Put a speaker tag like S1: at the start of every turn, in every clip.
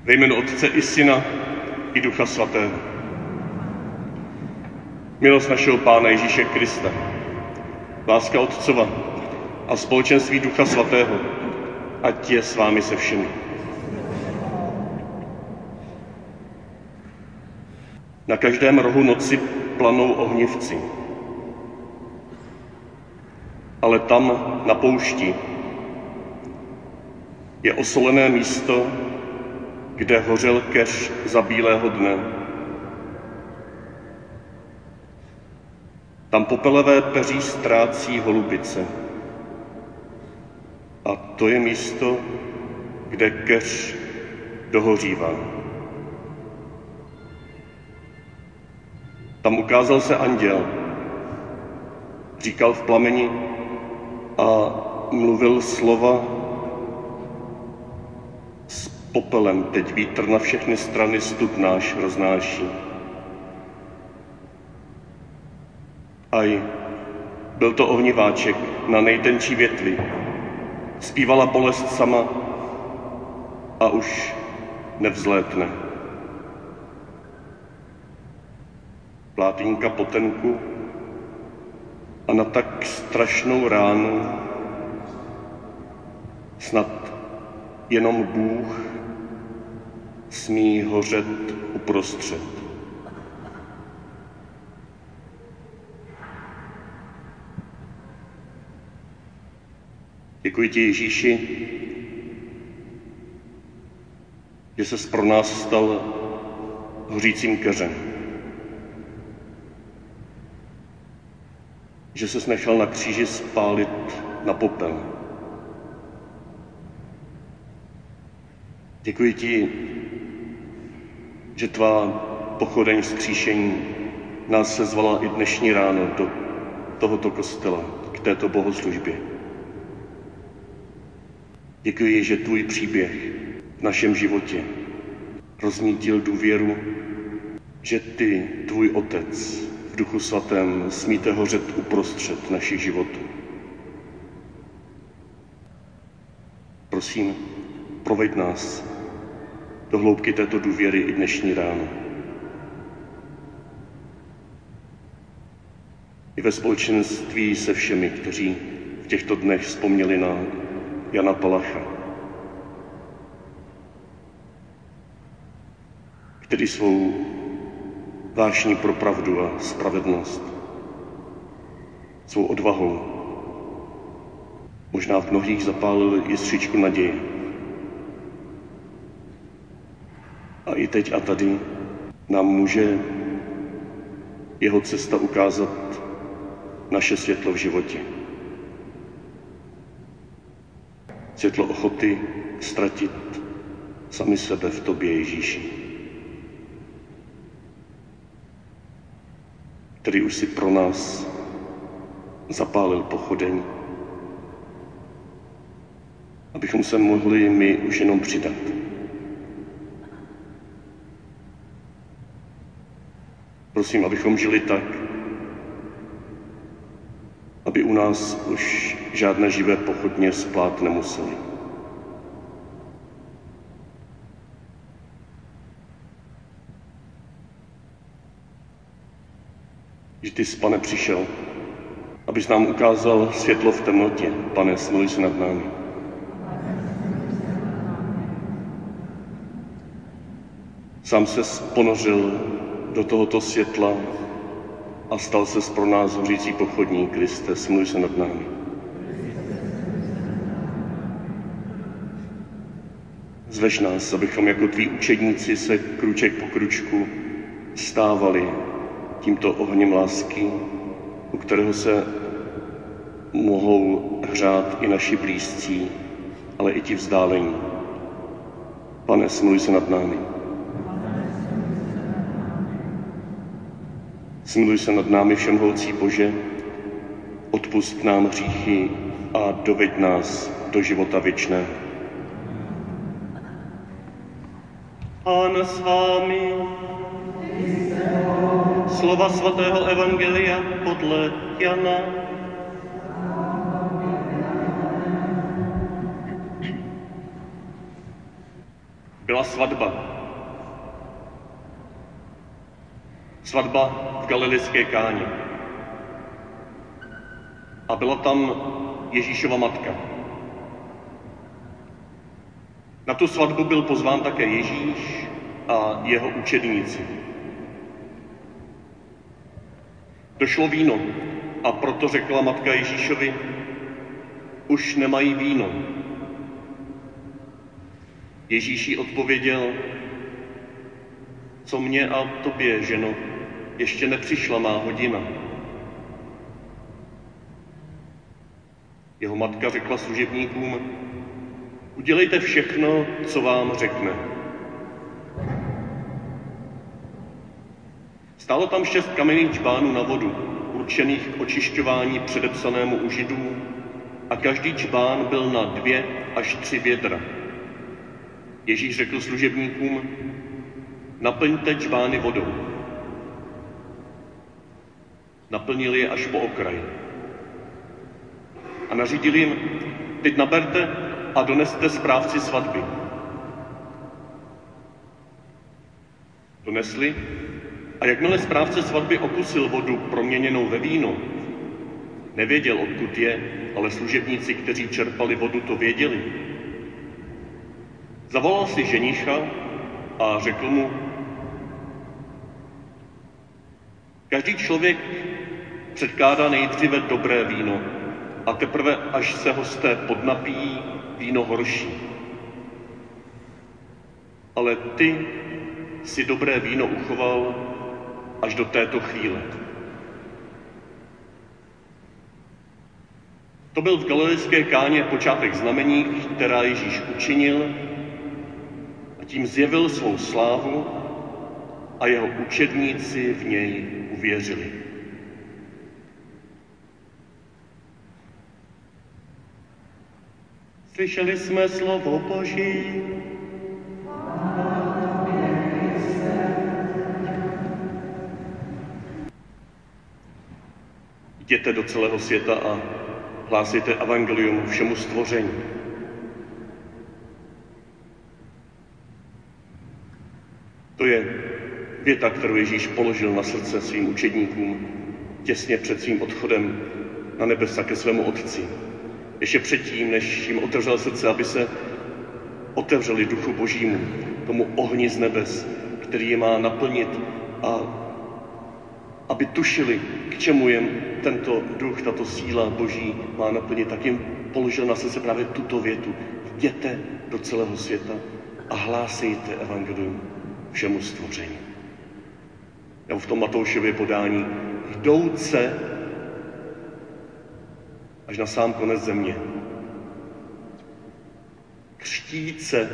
S1: Ve jménu Otce i Syna i Ducha Svatého. Milost našeho Pána Ježíše Krista, láska Otcova a společenství Ducha Svatého, ať je s vámi se všemi. Na každém rohu noci planou ohnivci, ale tam na poušti je osolené místo, kde hořel keř za bílého dne. Tam popelevé peří ztrácí holubice. A to je místo, kde keř dohořívá. Tam ukázal se anděl, říkal v plameni a mluvil slova. S popelem teď vítr na všechny strany stud náš roznáší. Aj, byl to ohniváček na nejtenčí větvi. Zpívala bolest sama a už nevzlétne. Plátínka potenku a na tak strašnou ránu snad jenom Bůh smí hořet uprostřed. Děkuji ti, Ježíši, že ses pro nás stal hořícím keřem. Že ses nechal na kříži spálit na popel. Děkuji ti, že tvá pochodeň vzkříšení nás sezvala i dnešní ráno do tohoto kostela, k této bohoslužbě. Děkuji, že tvůj příběh v našem životě rozmítil důvěru, že ty, tvůj Otec, v Duchu Svatém smíte hořet uprostřed našich životů. Prosím, proveď nás do hloubky této důvěry i dnešní ráno. I ve společenství se všemi, kteří v těchto dnech vzpomněli na Jana Palacha, který svou vášní pro pravdu a spravedlnost, svou odvahou možná v mnohých zapálil jiskřičku naděje. A i teď a tady nám může jeho cesta ukázat naše světlo v životě. Světlo ochoty ztratit sami sebe v tobě, Ježíši, který už si pro nás zapálil pochodeň, abychom se mohli my už jenom přidat. Prosím, abychom žili tak, aby u nás už žádné živé pochodně splát nemuseli. Že ty jsi, Pane, přišel, abys nám ukázal světlo v temnotě. Pane, smiluj se nad námi. Sám ses ponořil do tohoto světla a stal ses pro nás hořící pochodní. Kriste, smiluj se nad námi. Zveš nás, abychom jako tví učedníci se kruček po kručku stávali tímto ohněm lásky, u kterého se mohou hřát i naši blízcí, ale i ti vzdálení. Pane, smiluj se nad námi. Smiluj se nad námi, všemohoucí Bože, odpusť nám hříchy a doveď nás do života věčného. Pán s vámi. Slova svatého evangelia podle Jana. Byla svatba. Svatba v Galilejské Káně. A byla tam Ježíšova matka. Na tu svatbu byl pozván také Ježíš a jeho učedníci. Došlo víno a proto řekla matka Ježíšovi, už nemají víno. Ježíš jí odpověděl, co mně a tobě, ženo, ještě nepřišla má hodina. Jeho matka řekla služebníkům, udělejte všechno, co vám řekne. Stálo tam 6 kamenných čbánů na vodu, určených k očišťování předepsanému u Židů, a každý čbán byl na 2 až 3 vědra. Ježíš řekl služebníkům, naplňte čbány vodou. Naplnili je až po okraj. A nařídil jim, teď naberte a doneste správci svatby. Donesli a jakmile správce svatby okusil vodu proměněnou ve víno, nevěděl, odkud je, ale služebníci, kteří čerpali vodu, to věděli. Zavolal si ženicha a řekl mu, každý člověk předkládá nejdříve dobré víno a teprve, až se hosté podnapíjí, víno horší. Ale ty si dobré víno uchoval až do této chvíle. To byl v Galilejské Káně počátek znamení, která Ježíš učinil, a tím zjevil svou slávu a jeho učedníci v něj uvěřili. Slyšeli jsme slovo Boží. Jděte do celého světa a hlásejte evangelium všemu stvoření. To je věta, kterou Ježíš položil na srdce svým učedníkům těsně před svým odchodem na nebesa ke svému Otci. Ještě předtím, než jim otevřel srdce, aby se otevřeli Duchu Božímu, tomu ohni z nebes, který je má naplnit, a aby tušili, k čemu jim tento duch, tato síla Boží má naplnit, tak jim položil na srdce právě tuto větu. Jděte do celého světa a hlásejte evangelium všemu stvoření. Nebo v tom Matoušově podání, jdouce až na sám konec země. Křtíce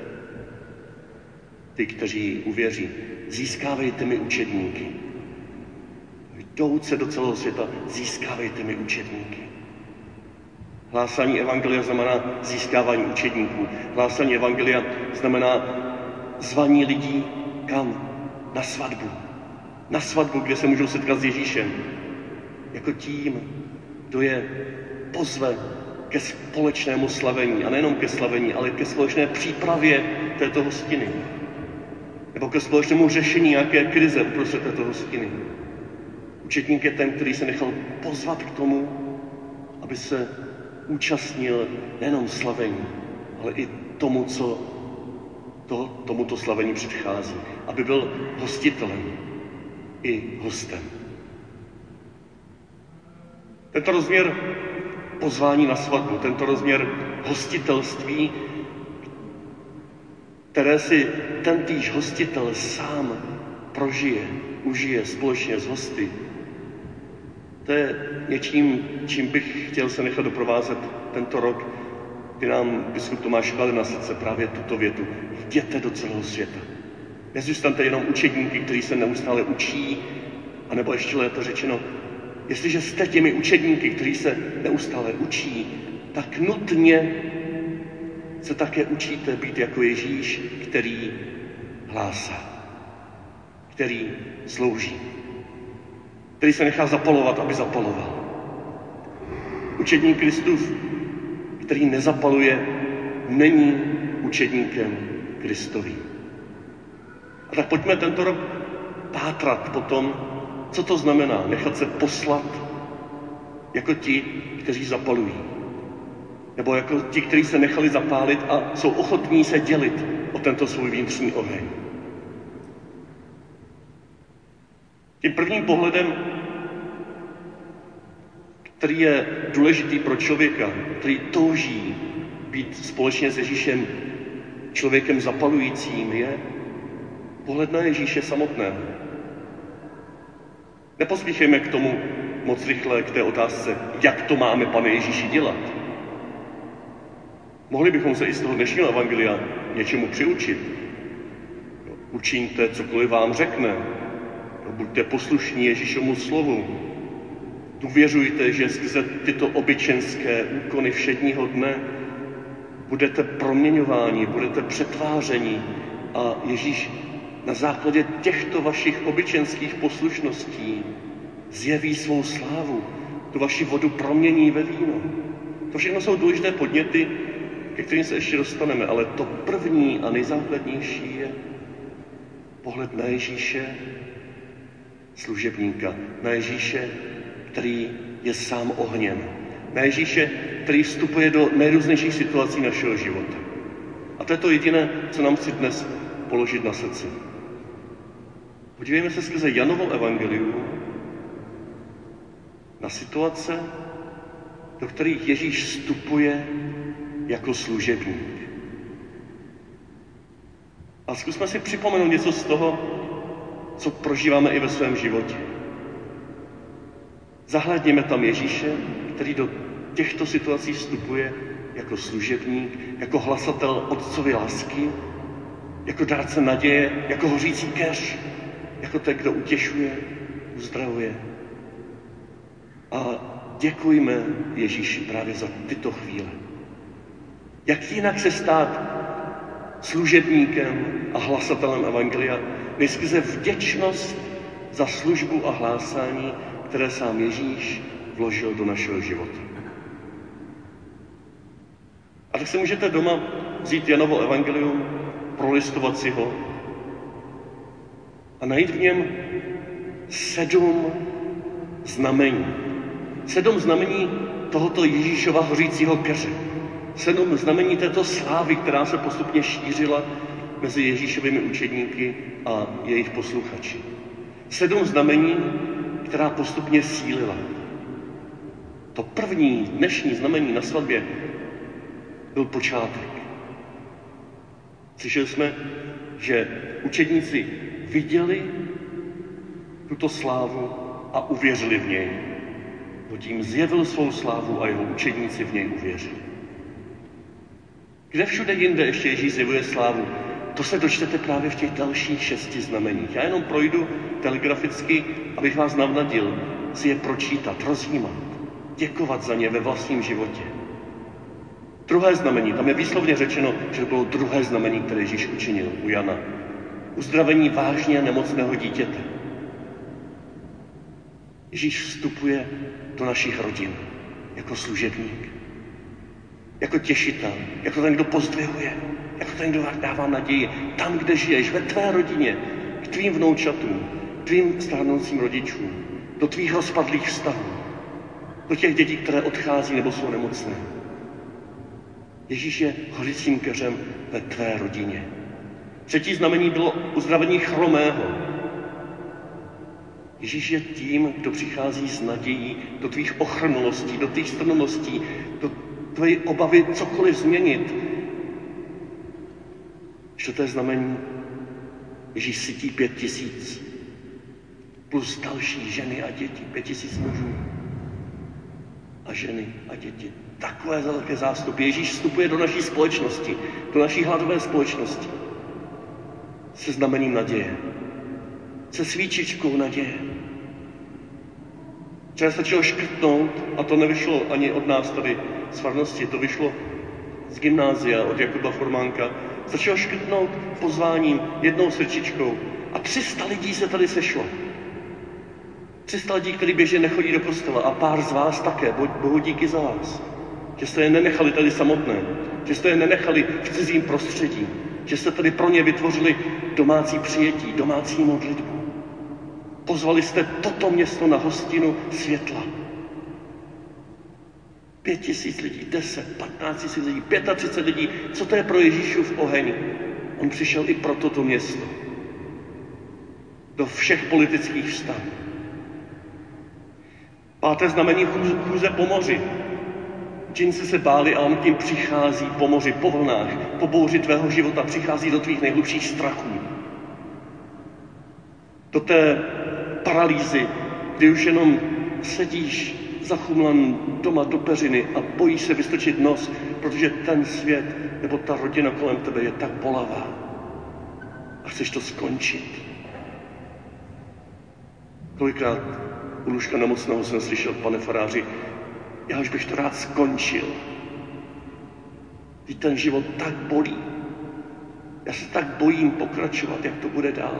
S1: ty, kteří uvěří, získávejte mi učedníky. Jdouce do celého světa, získávejte mi učedníky. Hlásání evangelia znamená získávání učedníků. Hlásání evangelia znamená zvaní lidí kam? Na svatbu. Na svatbu, kde se můžou setkat s Ježíšem. Jako tím, kdo je pozve ke společnému slavení. A nejenom ke slavení, ale ke společné přípravě této hostiny. Nebo ke společnému řešení nějaké krize uprostřed této hostiny. Učedník je ten, který se nechal pozvat k tomu, aby se účastnil nejenom slavení, ale i tomu, co tomuto slavení předchází. Aby byl hostitelem i hostem. Tento rozměr pozvání na svatbu, tento rozměr hostitelství, které si tentýž hostitel sám prožije, užije společně s hosty, to je něčím, čím bych chtěl se nechat doprovázet tento rok, kdy nám biskup Tomáš klade na srdce právě tuto větu. Jděte do celého světa. Nezůstaňte jenom učedníky, kteří se neustále učí, anebo ještě lépe řečeno, jestliže jste těmi učedníky, kteří se neustále učí, tak nutně se také učíte být jako Ježíš, který hlásá, který slouží, který se nechá zapalovat, aby zapaloval. Učedník Kristův, který nezapaluje, není učedníkem, Kristovým. A tak pojďme tento rok pátrat po tom, co to znamená nechat se poslat jako ti, kteří zapalují. Nebo jako ti, kteří se nechali zapálit a jsou ochotní se dělit o tento svůj vnitřní oheň. Tím prvním pohledem, který je důležitý pro člověka, který touží být společně s Ježíšem člověkem zapalujícím, je pohled na Ježíše samotného. Nepospíchejme k tomu moc rychle, k té otázce, jak to máme, Pane Ježíši, dělat. Mohli bychom se i z toho dnešního evangelia něčemu přiučit. Učiňte, cokoliv vám řekne. Buďte poslušní Ježíšomu slovu. Důvěřujte, že skrze tyto obyčenské úkony všedního dne budete proměňováni, budete přetvářeni a Ježíš na základě těchto vašich obyčenských poslušností zjeví svou slávu, tu vaši vodu promění ve víno. To všechno jsou důležité podněty, ke kterým se ještě dostaneme, ale to první a nejzákladnější je pohled na Ježíše, služebníka, na Ježíše, který je sám ohněm, na Ježíše, který vstupuje do nejrůznějších situací našeho života. A to je to jediné, co nám chci dnes položit na srdci. Podívejme se skrze Janovo evangelium na situace, do kterých Ježíš vstupuje jako služebník. A zkusme si připomenout něco z toho, co prožíváme i ve svém životě. Zahlédněme tam Ježíše, který do těchto situací vstupuje jako služebník, jako hlasatel Otcovy lásky, jako dárce naděje, jako hořící keř, jako ten, kdo utěšuje, uzdravuje. A děkujme Ježíši právě za tyto chvíle. Jak jinak se stát služebníkem a hlasatelem evangelia, než skrze vděčnost za službu a hlásání, které sám Ježíš vložil do našeho života. A tak si můžete doma vzít Janovo evangelium, prolistovat si ho a najít v něm 7 znamení. 7 znamení tohoto Ježíšova hořícího keře. 7 znamení této slávy, která se postupně šířila mezi Ježíšovými učedníky a jejich posluchači. 7 znamení, která postupně sílila. To první dnešní znamení na svatbě byl počátek. Slyšeli jsme, že učedníci viděli tuto slávu a uvěřili v něj. Tím zjevil svou slávu a jeho učedníci v něj uvěřili. Kde všude jinde ještě Ježíš zjevuje slávu? To se dočtete právě v těch dalších 6 znameních. Já jenom projdu telegraficky, abych vás navnadil si je pročítat, rozjímat, děkovat za ně ve vlastním životě. Druhé znamení, tam je výslovně řečeno, že to bylo druhé znamení, které Ježíš učinil u Jana. Uzdravení vážně nemocného dítěte. Ježíš vstupuje do našich rodin jako služebník, jako těšitel, jako ten, kdo pozdvihuje, jako ten, kdo dává naději tam, kde žiješ, ve tvé rodině, k tvým vnoučatům, tvým stárnoucím rodičům, do tvých rozpadlých vztahů, do těch dětí, které odchází nebo jsou nemocné. Ježíš je hořícím keřem ve tvé rodině. Třetí znamení bylo uzdravení chromého. Ježíš je tím, kdo přichází s nadějí do tvých ochrnulostí, do tvých strnulostí, do tvojí obavy cokoliv změnit. Čtvrté znamení, Ježíš sytí 5 000 plus další ženy a děti, 5 000 mužů a ženy a děti. Takové velké zástupy. Ježíš vstupuje do naší společnosti, do naší hladové společnosti se znamením naděje, se svíčičkou naděje. Včera stačilo škrtnout, a to nevyšlo ani od nás tady z farnosti, to vyšlo z gymnázia od Jakuba Formánka. Stačilo škrtnout pozváním, jednou srdčičkou a 300 lidí se tady sešlo. 300 lidí, kteří běžně nechodí do kostela a pár z vás také, Bohu díky za vás. Že jste je nenechali tady samotné, že jste je nenechali v cizím prostředí, že jste tady pro ně vytvořili domácí přijetí, domácí modlitbu. Pozvali jste toto město na hostinu světla. 5 000 lidí, 10, 15 000 lidí, 35 lidí. Co to je pro Ježíšův oheň? On přišel i pro toto město. Do všech politických vztahů. 5. znamení chůze po moři. Učeníci se báli a on tím přichází po moři, po vlnách, po bouři tvého života, přichází do tvých nejhlubších strachů. Do té paralýzy, kdy už jenom sedíš zachumlan doma do peřiny a bojíš se vystrčit nos, protože ten svět nebo ta rodina kolem tebe je tak bolavá a chceš to skončit. Kolikrát u lůžka nemocného jsem slyšel, pane faráři, já už bych to rád skončil. Vždyť ten život tak bolí. Já se tak bojím pokračovat, jak to bude dál.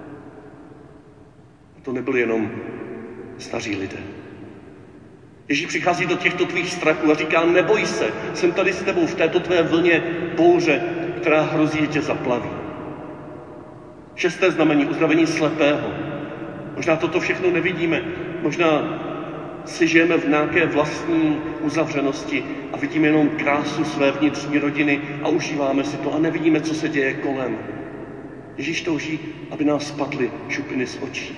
S1: A to nebyli jenom staří lidé. Ježíš přichází do těchto tvých strachů a říká, neboj se, jsem tady s tebou v této tvé vlně bouře, která hrozí, že tě zaplaví. 6. znamení, uzdravení slepého. Možná toto všechno nevidíme, možná si žijeme v nějaké vlastní uzavřenosti a vidíme jenom krásu své vnitřní rodiny a užíváme si to a nevidíme, co se děje kolem. Ježíš touží, aby nás spadly šupiny z očí.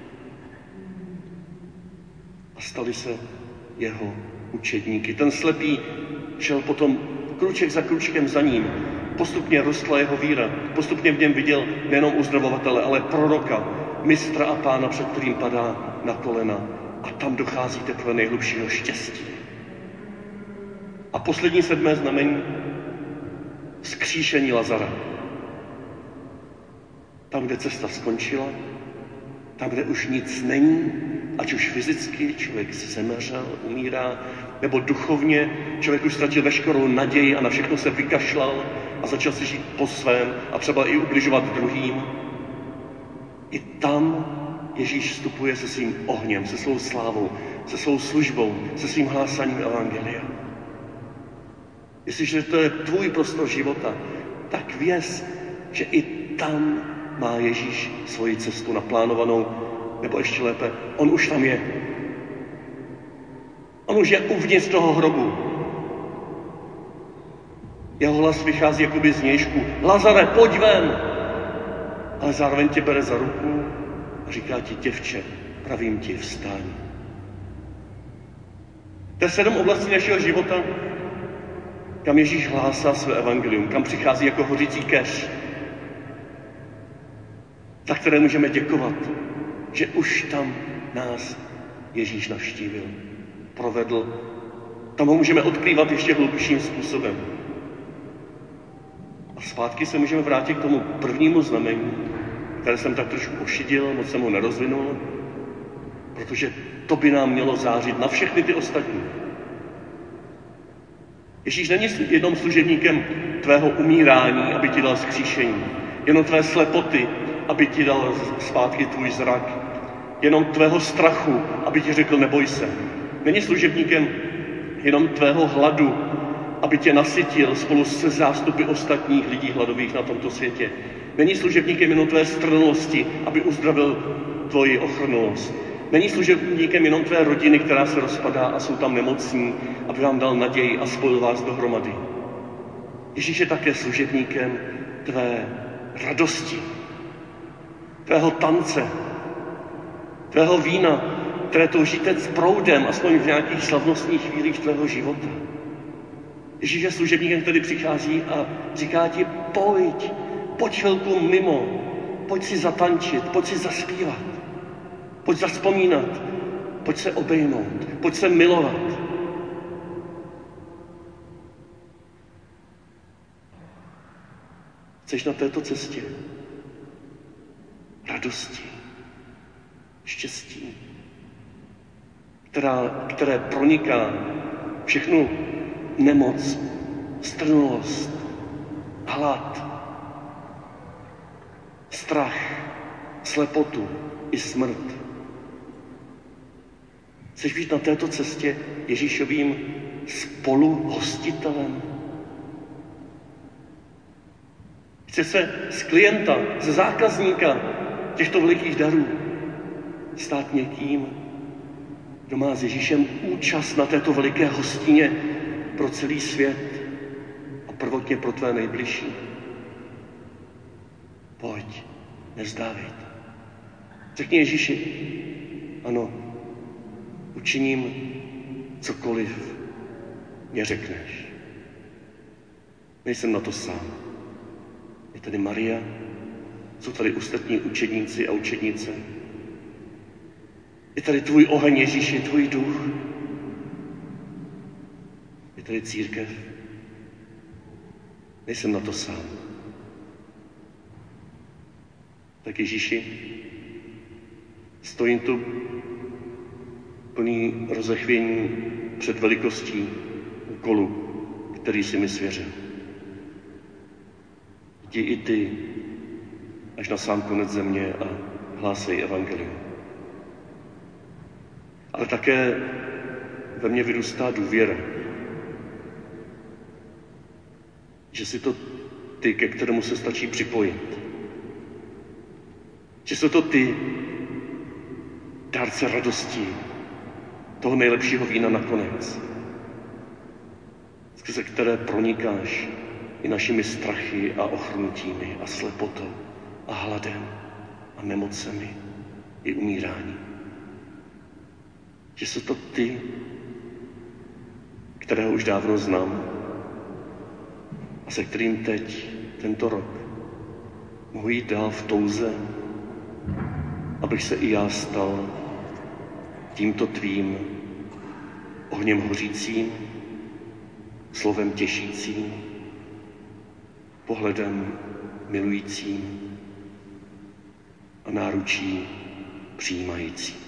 S1: A stali se jeho učedníky. Ten slepý šel potom kruček za kručkem za ním. Postupně rostla jeho víra. Postupně v něm viděl nejenom uzdravovatele, ale proroka, mistra a pána, před kterým padá na kolena. A tam dochází teprve nejhlubšího štěstí. A poslední 7. znamení, vzkříšení Lazara. Tam, kde cesta skončila, tam, kde už nic není, ať už fyzicky člověk zemřel, umírá, nebo duchovně člověk už ztratil veškerou naději a na všechno se vykašlal a začal si žít po svém a třeba i ubližovat druhým. I tam Ježíš vstupuje se svým ohněm, se svou slávou, se svou službou, se svým hlásáním evangelia. Jestliže to je tvůj prostor života, tak věz, že i tam má Ježíš svoji cestu naplánovanou, nebo ještě lépe, on už tam je. On už je uvnitř toho hrobu. Jeho hlas vychází jakoby z nějšku. Lazare, pojď ven! Ale zároveň tě bere za ruku a říká ti, děvče, pravím ti, vstaň. To je 7 oblastí našeho života, kam Ježíš hlásá své evangelium, kam přichází jako hořící keř, za které můžeme děkovat, že už tam nás Ježíš navštívil, provedl. Tam ho můžeme odkrývat ještě hlubším způsobem. A zpátky se můžeme vrátit k tomu prvnímu znamení, které jsem tak trošku ošidil, moc jsem ho nerozvinul, protože to by nám mělo zářit na všechny ty ostatní. Ježíš není jenom služebníkem tvého umírání, aby ti dal vzkříšení, jenom tvé slepoty, aby ti dal zpátky tvůj zrak, jenom tvého strachu, aby ti řekl neboj se. Není služebníkem jenom tvého hladu, aby tě nasytil spolu se zástupy ostatních lidí hladových na tomto světě. Není služebníkem jenom tvé strnulosti, aby uzdravil tvoji ochrnulost. Není služebníkem jenom tvé rodiny, která se rozpadá a jsou tam nemocní, aby vám dal naději a spojil vás dohromady. Ježíš je také služebníkem tvé radosti, tvého tance, tvého vína, které touží teď s proudem, aspoň v nějakých slavnostních chvílích tvého života. Ježíš je služebníkem, který přichází a říká ti, pojď chvilku mimo, pojď si zatančit, pojď si zaspívat, pojď zavzpomínat, pojď se obejmout, pojď se milovat. Jseš na této cestě radosti, štěstí, které proniká všechnu nemoc, strnulost, hlad, strach, slepotu i smrt. Chceš být na této cestě Ježíšovým spoluhostitelem? Chce se z klienta, ze zákazníka těchto velikých darů stát někým, kdo má s Ježíšem účast na této veliké hostině pro celý svět a prvotně pro tvé nejbližší. Pojď, nevzdávej. Řekni Ježíši, ano, učiním cokoliv mě řekneš. Nejsem na to sám. Je tady Maria, jsou tady ostatní učedníci a učednice. Je tady tvůj oheň, Ježíši, tvůj duch. Je tady církev. Nejsem na to sám. Tak Ježíši, stojím tu plný rozechvění před velikostí úkolu, který jsi mi svěřil. Jdi i ty až na sám konec země a hlásej evangelium. Ale také ve mně vyrůstá důvěra, že jsi to ty, ke kterému se stačí připojit. Že jsou to ty, dárce radosti, toho nejlepšího vína nakonec, skrze které pronikáš i našimi strachy a ochrnutími a slepotou a hladem a nemocemi i umírání. Že jsou to ty, kterého už dávno znám a se kterým teď, tento rok, mohu jít dál v touze, abych se i já stal tímto tvým ohněm hořícím, slovem těšícím, pohledem milujícím a náručí přijímajícím.